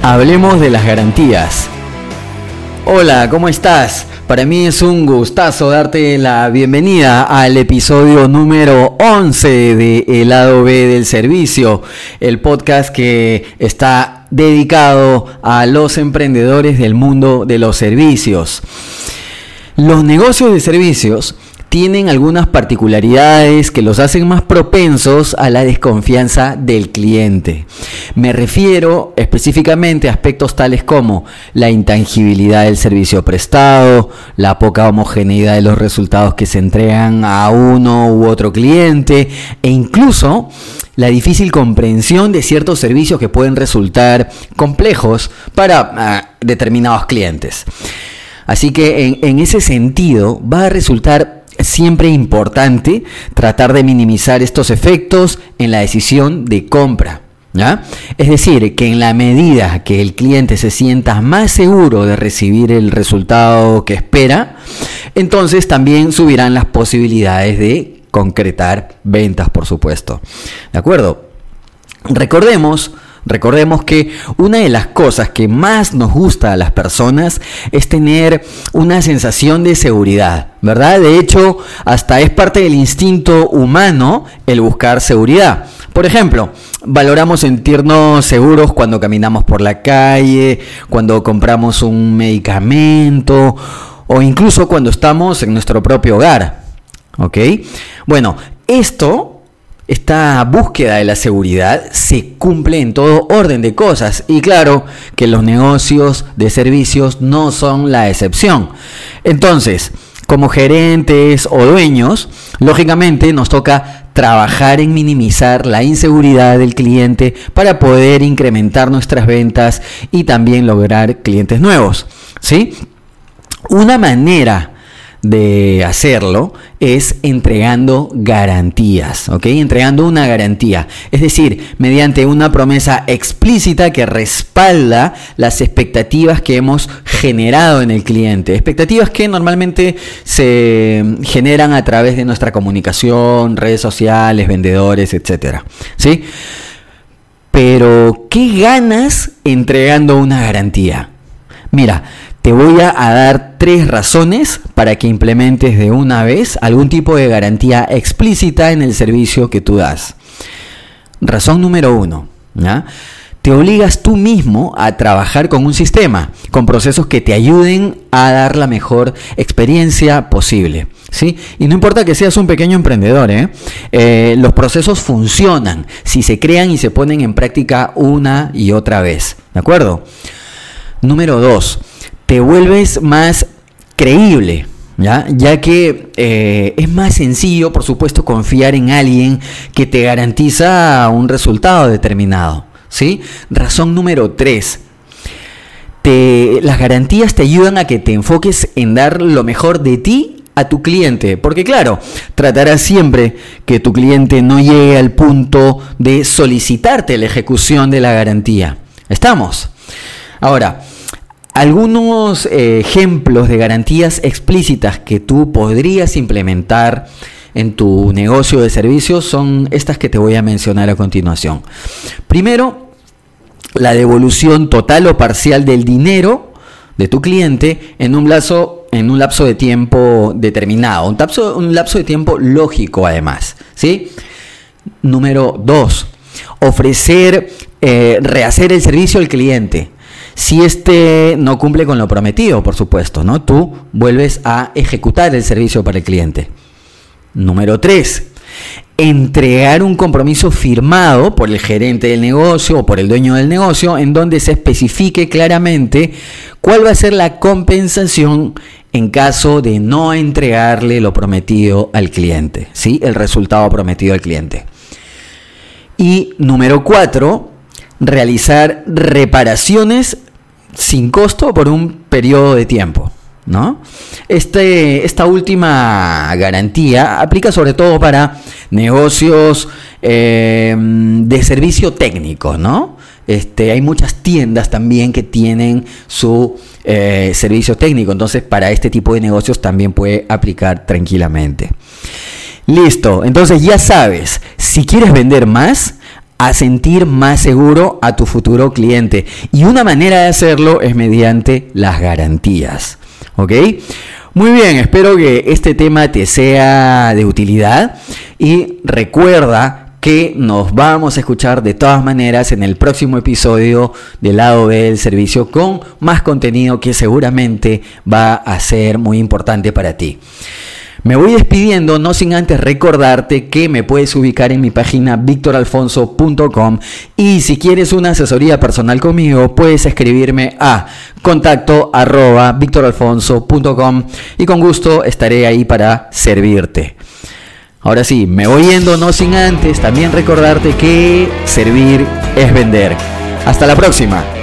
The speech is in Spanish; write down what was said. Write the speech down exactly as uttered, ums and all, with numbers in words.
Hablemos de las garantías. Hola, ¿cómo estás? Para mí es un gustazo darte la bienvenida al episodio número once de El Lado B del Servicio, el podcast que está dedicado a los emprendedores del mundo de los servicios. Los negocios de servicios tienen algunas particularidades que los hacen más propensos a la desconfianza del cliente. Me refiero específicamente a aspectos tales como la intangibilidad del servicio prestado, la poca homogeneidad de los resultados que se entregan a uno u otro cliente e incluso la difícil comprensión de ciertos servicios que pueden resultar complejos para uh, determinados clientes. Así que en, en ese sentido va a resultar siempre importante tratar de minimizar estos efectos en la decisión de compra, ¿ya? Es decir, que en la medida que el cliente se sienta más seguro de recibir el resultado que espera, entonces también subirán las posibilidades de concretar ventas, por supuesto. ¿De acuerdo? Recordemos Recordemos que una de las cosas que más nos gusta a las personas es tener una sensación de seguridad, ¿verdad? De hecho, hasta es parte del instinto humano el buscar seguridad. Por ejemplo, valoramos sentirnos seguros cuando caminamos por la calle, cuando compramos un medicamento o incluso cuando estamos en nuestro propio hogar, ¿ok? Bueno, esto... Esta búsqueda de la seguridad se cumple en todo orden de cosas y claro que los negocios de servicios no son la excepción. Entonces, como gerentes o dueños, lógicamente nos toca trabajar en minimizar la inseguridad del cliente para poder incrementar nuestras ventas y también lograr clientes nuevos, ¿sí? Una manera de hacerlo es entregando garantías, ¿ok? Entregando una garantía, es decir, mediante una promesa explícita que respalda las expectativas que hemos generado en el cliente, expectativas que normalmente se generan a través de nuestra comunicación, redes sociales, vendedores, etcétera, ¿sí? Pero, ¿qué ganas entregando una garantía? Mira, te voy a dar tres razones para que implementes de una vez algún tipo de garantía explícita en el servicio que tú das. Razón número uno, ¿ya? Te obligas tú mismo a trabajar con un sistema, con procesos que te ayuden a dar la mejor experiencia posible, ¿sí? Y no importa que seas un pequeño emprendedor, ¿eh? Eh, los procesos funcionan si se crean y se ponen en práctica una y otra vez, ¿de acuerdo? Número dos. Te vuelves más creíble, ¿ya? Ya que eh, es más sencillo, por supuesto, confiar en alguien que te garantiza un resultado determinado, ¿sí? Razón número tres. Te, las garantías te ayudan a que te enfoques en dar lo mejor de ti a tu cliente, porque claro, tratarás siempre que tu cliente no llegue al punto de solicitarte la ejecución de la garantía. ¿Estamos? Ahora, algunos eh, ejemplos de garantías explícitas que tú podrías implementar en tu negocio de servicios son estas que te voy a mencionar a continuación. Primero, la devolución total o parcial del dinero de tu cliente en un lapso, en un lapso de tiempo determinado, un lapso, un lapso de tiempo lógico además, ¿sí? Número dos, ofrecer, eh, rehacer el servicio al cliente. Si este no cumple con lo prometido, por supuesto, ¿no? Tú vuelves a ejecutar el servicio para el cliente. Número tres, entregar un compromiso firmado por el gerente del negocio o por el dueño del negocio en donde se especifique claramente cuál va a ser la compensación en caso de no entregarle lo prometido al cliente, ¿sí? El resultado prometido al cliente. Y número cuatro, realizar reparaciones sin costo por un periodo de tiempo, ¿no? Este, esta última garantía aplica sobre todo para negocios eh, de servicio técnico, ¿no? Este, hay muchas tiendas también que tienen su eh, servicio técnico, entonces para este tipo de negocios también puede aplicar tranquilamente. Listo, entonces ya sabes, si quieres vender más, a sentir más seguro a tu futuro cliente. Y una manera de hacerlo es mediante las garantías. ¿Ok? Muy bien, espero que este tema te sea de utilidad y recuerda que nos vamos a escuchar de todas maneras en el próximo episodio del lado B del servicio con más contenido que seguramente va a ser muy importante para ti. Me voy despidiendo, no sin antes recordarte que me puedes ubicar en mi página victor alfonso punto com y si quieres una asesoría personal conmigo, puedes escribirme a contacto arroba victor alfonso punto com y con gusto estaré ahí para servirte. Ahora sí, me voy yendo, no sin antes también recordarte que servir es vender. Hasta la próxima.